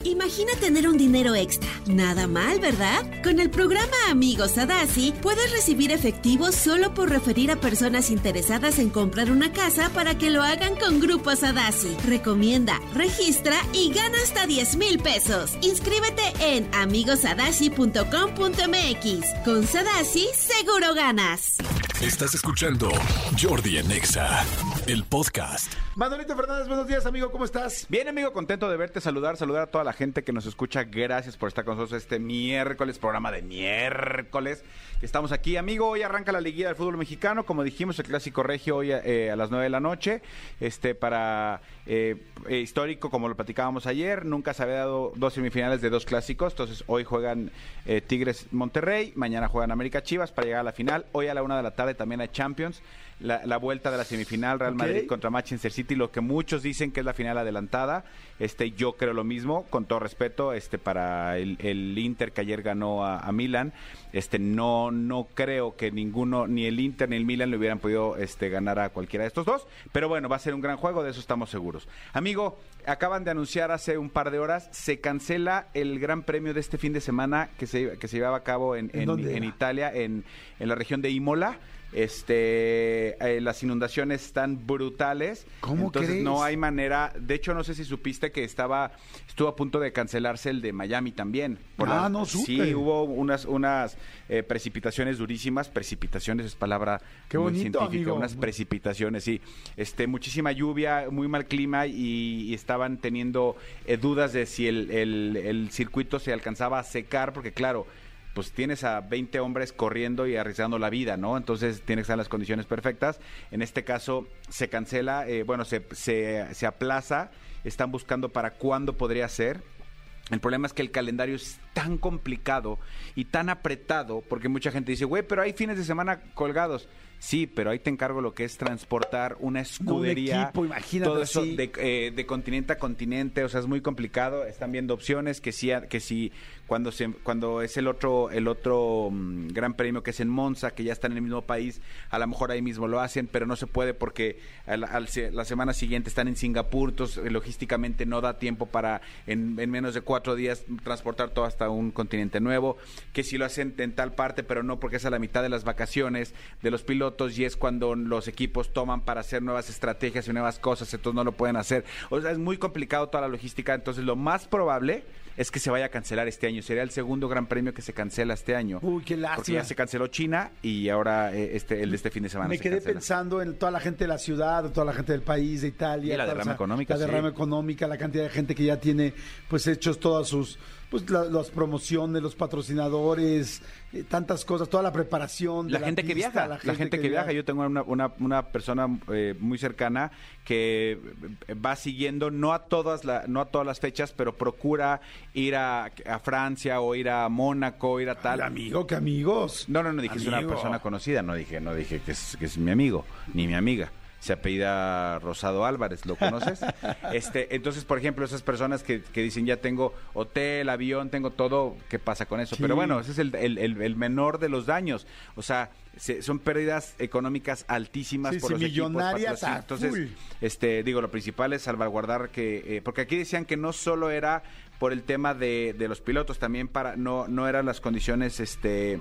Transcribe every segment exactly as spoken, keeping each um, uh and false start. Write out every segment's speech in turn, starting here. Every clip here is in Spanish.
Imagina tener un dinero extra. Nada mal, ¿verdad? Con el programa Amigos Sadassi puedes recibir efectivo solo por referir a personas interesadas en comprar una casa para que lo hagan con Grupo Sadassi. Recomienda, registra y gana hasta diez mil pesos. Inscríbete en amigos sadassi punto com punto m x. Con Sadassi seguro ganas. Estás escuchando Jordi en Exa, el podcast. Manolito Fernández, buenos días, amigo, ¿cómo estás? Bien, amigo, contento de verte, saludar, saludar a toda la gente que nos escucha. Gracias por estar con nosotros este miércoles, programa de miércoles. Estamos aquí, amigo, hoy arranca la liguilla del fútbol mexicano, como dijimos, el clásico regio hoy eh, a las nueve de la noche, este para eh, eh, histórico, como lo platicábamos ayer, nunca se había dado dos semifinales de dos clásicos, entonces hoy juegan eh, Tigres Monterrey, mañana juegan América Chivas para llegar a la final, hoy a la una de la tarde también hay Champions, la, la vuelta de la semifinal, Real okay. Madrid contra Manchester City, lo que muchos dicen que es la final adelantada, este yo creo lo mismo, con todo respeto, este para el, el Inter que ayer ganó a, a Milan, este no no creo que ninguno, ni el Inter ni el Milan le hubieran podido este ganar a cualquiera de estos dos, pero bueno, va a ser un gran juego, de eso estamos seguros. Amigo, acaban de anunciar hace un par de horas, se cancela el Gran Premio de este fin de semana que se, que se llevaba a cabo en, en, ¿En, en Italia, en, en la región de Imola. Este, eh, las inundaciones están brutales. ¿Cómo Entonces crees? No hay manera. De hecho, no sé si supiste que estaba, estuvo a punto de cancelarse el de Miami también. Por ah, la, no supe. Sí, hubo unas, unas eh, precipitaciones durísimas. Precipitaciones es palabra Qué muy bonito, científica. amigo. Unas precipitaciones, sí. Este, muchísima lluvia, muy mal clima y, y estaban teniendo eh, dudas de si el, el, el circuito se alcanzaba a secar, porque claro, pues tienes a veinte hombres corriendo y arriesgando la vida, ¿no? Entonces tiene que estar en las condiciones perfectas. En este caso se cancela, eh, bueno, se, se, se aplaza, están buscando para cuándo podría ser. El problema es que el calendario es tan complicado y tan apretado, porque mucha gente dice, güey, pero hay fines de semana colgados. Sí, pero ahí te encargo lo que es transportar una escudería, un equipo, imagínate todo eso así. de, eh, de continente a continente, o sea, es muy complicado. Están viendo opciones que sí, que sí cuando se, cuando es el otro, el otro um, Gran Premio que es en Monza, que ya está en el mismo país, a lo mejor ahí mismo lo hacen, pero no se puede porque al, al, la semana siguiente están en Singapur, entonces logísticamente no da tiempo para en, en menos de cuatro días transportar todo hasta un continente nuevo. Que si lo hacen en tal parte, pero no porque es a la mitad de las vacaciones de los pilotos. Y es cuando los equipos toman para hacer nuevas estrategias y nuevas cosas, entonces no lo pueden hacer. O sea, es muy complicado toda la logística, entonces lo más probable es que se vaya a cancelar este año. Sería el segundo Gran Premio que se cancela este año. Uy, qué lástima. Porque ya se canceló China y ahora eh, este el de este fin de semana Me se quedé cancela. pensando en toda la gente de la ciudad, toda la gente del país, de Italia. Y la toda, derrama o sea, económica, La derrama sí. económica, la cantidad de gente que ya tiene pues hechos todas sus... pues la, las promociones, los patrocinadores, eh, tantas cosas, toda la preparación. De La, la gente pista, que viaja, la gente, que, que viaja. Yo tengo una, una, una persona eh, muy cercana que va siguiendo, no a todas la, no a todas las fechas, pero procura ir a, a Francia o ir a Mónaco, ir a tal. Ay, amigo, ¿qué amigos? No, no, no dije amigo. Es una persona conocida, no dije, no dije que es, que es mi amigo, ni mi amiga. Se apellida Rosado Álvarez, ¿lo conoces? este, entonces, por ejemplo, esas personas que, que dicen ya tengo hotel, avión, tengo todo, ¿qué pasa con eso? Sí. Pero bueno, ese es el, el, el, el menor de los daños. O sea, se, son pérdidas económicas altísimas sí, por sí, los millonarias equipos. Entonces, full. este, digo, lo principal es salvaguardar que, eh, porque aquí decían que no solo era por el tema de, de los pilotos, también para, no, no eran las condiciones, este...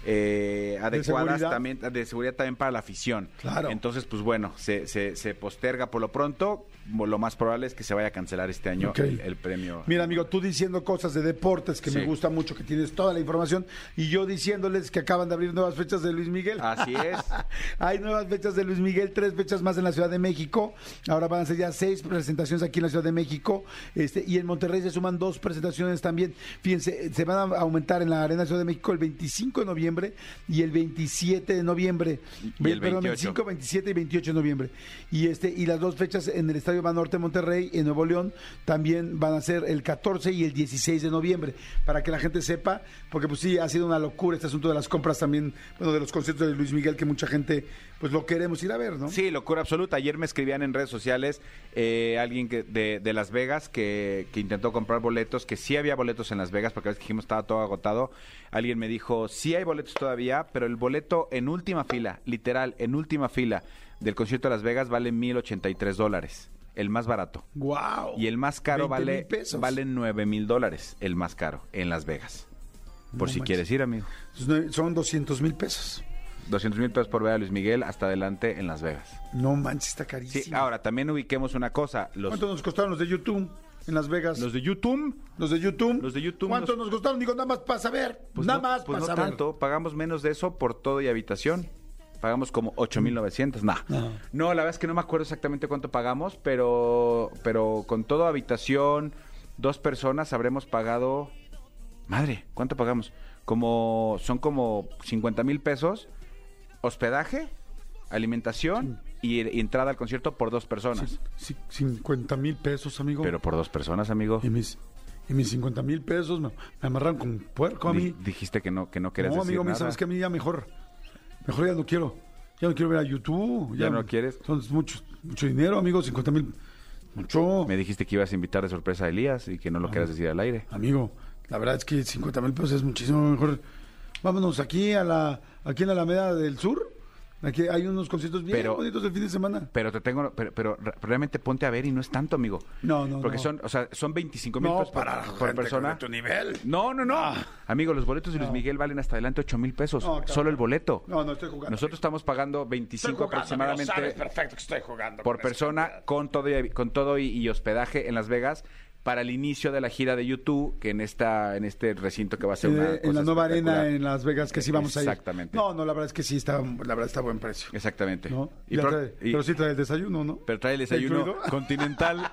Eh, adecuadas ¿De también de seguridad también para la afición. Claro. Entonces, pues bueno, se, se, se posterga por lo pronto. Lo más probable es que se vaya a cancelar este año okay. el, el premio. Mira, amigo, tú diciendo cosas de deportes que sí. me gusta mucho, que tienes toda la información, y yo diciéndoles que acaban de abrir nuevas fechas de Luis Miguel. Así es. Hay nuevas fechas de Luis Miguel, tres fechas más en la Ciudad de México. Ahora van a ser ya seis presentaciones aquí en la Ciudad de México. Este, y en Monterrey se suman dos presentaciones también. Fíjense, se van a aumentar en la Arena Ciudad de México el veinticinco de noviembre y el veintisiete de noviembre. Y el Perdón, veintiocho. veinticinco, veintisiete y veintiocho de noviembre. Y este y las dos fechas en el Estadio Banorte Monterrey, en Nuevo León, también van a ser el catorce y el dieciséis de noviembre, para que la gente sepa, porque pues sí, ha sido una locura este asunto de las compras también, bueno, de los conciertos de Luis Miguel, que mucha gente, pues lo queremos ir a ver, ¿no? Sí, locura absoluta. Ayer me escribían en redes sociales eh, alguien que de, de Las Vegas que, que intentó comprar boletos, que sí había boletos en Las Vegas, porque a veces dijimos estaba todo agotado. Alguien me dijo, sí hay boletos todavía, pero el boleto en última fila, literal, en última fila del concierto de Las Vegas vale mil ochenta y tres dólares. el más barato. Wow. Y el más caro vale, pesos. vale nueve mil dólares, el más caro, en Las Vegas. Por No si manches. quieres ir, amigo. Son doscientos mil pesos. doscientos mil pesos por ver a Luis Miguel hasta adelante en Las Vegas. No manches, está carísimo. Sí, ahora también ubiquemos una cosa. Los, ¿Cuánto nos costaron los de YouTube en Las Vegas? los de YouTube, Los de YouTube. Los de YouTube ¿Cuánto nos- nos costaron? Digo, nada más para saber. pues nada no, más pues para no saber. tanto, pagamos menos de eso por todo y habitación. Pagamos como ocho mil novecientos, nah. No. No, la verdad es que no me acuerdo exactamente cuánto pagamos, pero pero con todo habitación, dos personas habremos pagado, madre, ¿cuánto pagamos? Como son como cincuenta mil pesos, hospedaje, alimentación y, y entrada al concierto por dos personas. Sí, cincuenta mil pesos, amigo. Pero por dos personas, amigo. Y mis, y mis cincuenta mil pesos me, me amarran con puerco a mí. Di- dijiste que no que no querías No, decir amigo, a mí, nada. sabes que a mí ya mejor. Mejor ya no quiero. Ya no quiero ver a YouTube. ¿Ya no quieres? Son mucho, mucho dinero, amigo, cincuenta mil. Mucho. Me dijiste que ibas a invitar de sorpresa a Elías y que no lo querías decir al aire. Amigo, la verdad es que cincuenta mil pesos es muchísimo mejor. Vámonos aquí a la, aquí en la Alameda del Sur. Aquí hay unos conciertos bien Pero- bonitos del fin de semana. Pero te tengo, pero, pero re- realmente ponte a ver y no es tanto, amigo. No, no, Porque no. son, o sea, son veinticinco mil No, pesos por, para por gente persona. de tu nivel. No, no, no. Ah. Amigo, los boletos de Luis No. Miguel valen hasta adelante ocho mil pesos. No, claro. Solo el boleto. No, no estoy jugando. Nosotros estamos pagando veinticinco aproximadamente perfecto que estoy jugando. por persona con todo y, con todo y, y hospedaje en Las Vegas para el inicio de la gira de YouTube, que en esta en este recinto que va a ser una Eh, en cosa la nueva arena espectacular. en Las Vegas, que sí vamos a ir. Exactamente. No, no, la verdad es que sí está, la verdad está a buen precio. Exactamente. ¿No? Y Y la pro- trae- y- pero sí trae el desayuno, ¿no? Pero trae el desayuno ¿Incluido? continental,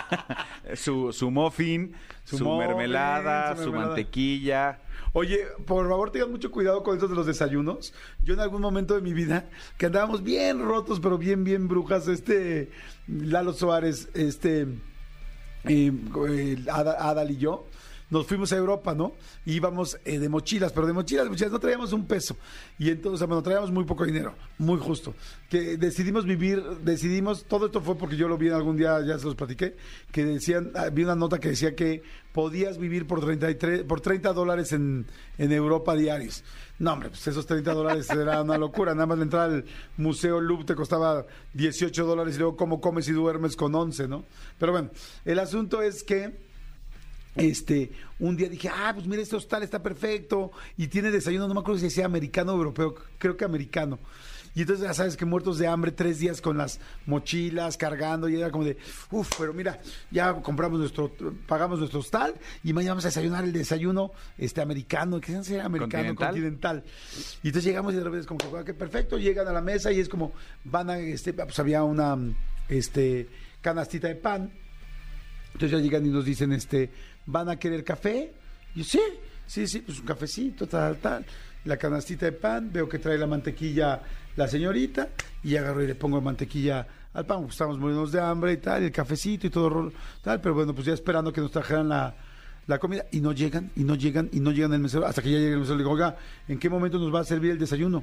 su, su muffin, su, Su muffin, mermelada, su su, mermelada. mantequilla. Oye, por favor, tengan mucho cuidado con esos de los desayunos. Yo en algún momento de mi vida, que andábamos bien rotos, pero bien, bien brujas, este, Lalo Suárez, este, eh, eh, Ada- Adal y yo, nos fuimos a Europa, ¿no? Y íbamos eh, de mochilas, pero de mochilas, de mochilas, no traíamos un peso. Y entonces, bueno, traíamos muy poco dinero, muy justo. Que decidimos vivir, decidimos, todo esto fue porque yo lo vi algún día, ya se los platiqué, que decían, ah, vi una nota que decía que podías vivir por treinta y tres, por treinta dólares en, en Europa diarios. No, hombre, pues esos treinta dólares era una locura. Nada más la entrada al Museo Louvre te costaba dieciocho dólares y luego cómo comes y duermes con once, ¿no? Pero bueno, el asunto es que este, un día dije, ah, pues mira, este hostal está perfecto y tiene desayuno, no me acuerdo si decía americano o europeo, creo que americano. Y entonces ya sabes que muertos de hambre, tres días con las mochilas, cargando, y era como de, uff, pero mira, ya compramos nuestro, pagamos nuestro hostal y mañana vamos a desayunar el desayuno este americano, que sea americano, ¿Continental? continental. Y entonces llegamos y de repente es como que, "Ah, qué perfecto", llegan a la mesa y es como, van a, este, pues había una, este, canastita de pan. Entonces ya llegan y nos dicen, este, ¿van a querer café? Y yo, sí, sí, sí, pues un cafecito, tal, tal. La canastita de pan, veo que trae la mantequilla la señorita, y agarro y le pongo mantequilla al pan, pues estamos muriéndonos de hambre y tal, y el cafecito y todo, ro- tal, pero bueno, pues ya esperando que nos trajeran la, la comida, y no llegan, y no llegan, y no llegan el mesero, hasta que ya llega el mesero, le digo, oiga, ¿en qué momento nos va a servir el desayuno?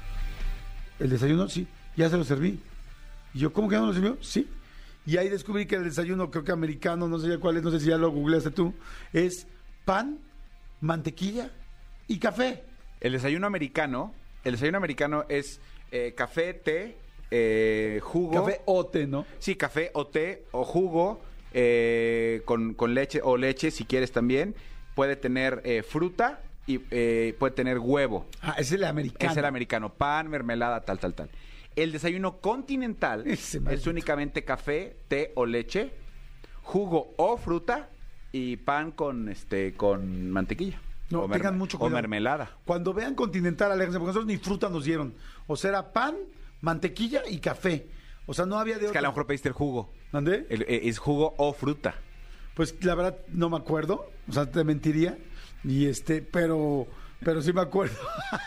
¿El desayuno? Sí, ya se lo serví. Y yo, ¿cómo que ya no lo sirvió? Sí. Y ahí descubrí que el desayuno, creo que americano, no sé ya cuál es, no sé si ya lo googleaste tú, es pan, mantequilla y café. El desayuno americano, el desayuno americano es eh, café, té, eh, jugo. Café o té, ¿no? Sí, café o té o jugo eh, con, con leche o leche si quieres también. Puede tener eh, fruta y eh, puede tener huevo. Ah, es el americano. Es el americano. Pan, mermelada, tal, tal, tal. El desayuno continental Ese es maldito. únicamente café, té o leche, jugo o fruta y pan con este con mantequilla. No, o tengan merme- mucho O cuidado. mermelada. Cuando vean Continental, aléjense, porque nosotros ni fruta nos dieron. O sea, era pan, mantequilla y café. O sea, no había de Es que a lo otra. mejor pediste el jugo. ¿Mandé? El- eh, es jugo o fruta. Pues la verdad no me acuerdo, o sea, te mentiría. Y este, pero, pero sí me acuerdo.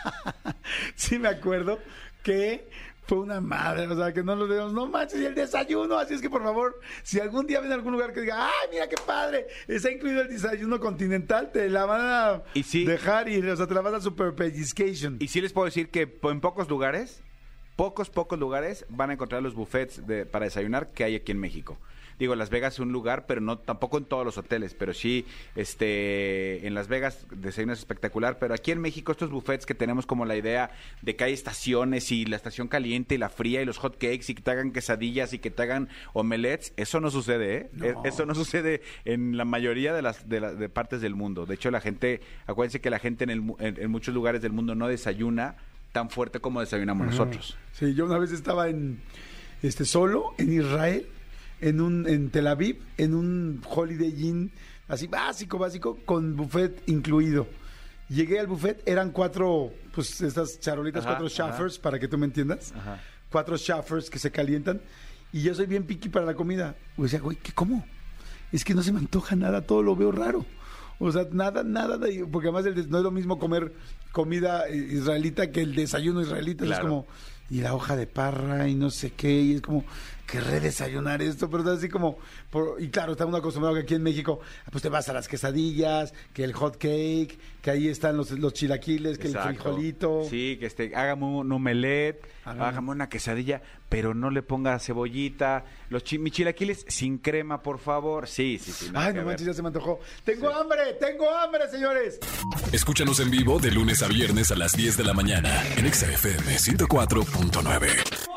sí me acuerdo que fue una madre, o sea, que no lo debemos, no manches, y el desayuno, así es que por favor, si algún día ven a algún lugar que diga, ay, mira qué padre, está incluido el desayuno continental, te la van a Y sí. dejar y, o sea, te la van a super pellizcation. Y sí les puedo decir que po- en pocos lugares, pocos, pocos lugares van a encontrar los buffets de, para desayunar que hay aquí en México. Digo, Las Vegas es un lugar, pero no tampoco en todos los hoteles, pero sí este en Las Vegas desayunas espectacular, pero aquí en México estos buffets que tenemos como la idea de que hay estaciones y la estación caliente y la fría y los hot cakes y que te hagan quesadillas y que te hagan omelets, eso no sucede, ¿eh? No. Eso no sucede en la mayoría de las de, la, de partes del mundo. De hecho, la gente, acuérdense que la gente en, el, en, en muchos lugares del mundo no desayuna tan fuerte como desayunamos uh-huh. nosotros. Sí, yo una vez estaba en este solo en Israel, en un en Tel Aviv, en un Holiday Inn así básico, básico, con buffet incluido. Llegué al buffet, eran cuatro, pues estas charolitas, ajá, cuatro shaffers, ajá. para que tú me entiendas. Ajá. Cuatro shaffers que se calientan. Y yo soy bien piqui para la comida. O sea, güey, ¿qué cómo? Es que no se me antoja nada, todo lo veo raro. O sea, nada, nada, de, porque además el, no es lo mismo comer comida israelita que el desayuno israelita. Claro. Es como, y la hoja de parra y no sé qué, y es como, querré desayunar esto, pero es así como, por, y claro, está uno acostumbrado que aquí en México, pues te vas a las quesadillas, que el hot cake, que ahí están los, los chilaquiles, que exacto. el frijolito. Sí, que este, hágame un omelette, hágame. hágame una quesadilla, pero no le ponga cebollita, los chi, mis chilaquiles sin crema, por favor. Sí, sí, sí. Ay, no manches, ya se me antojó. ¡Tengo sí. hambre! ¡Tengo hambre, señores! Escúchanos en vivo de lunes a viernes a las diez de la mañana en Exa F M ciento cuatro punto nueve.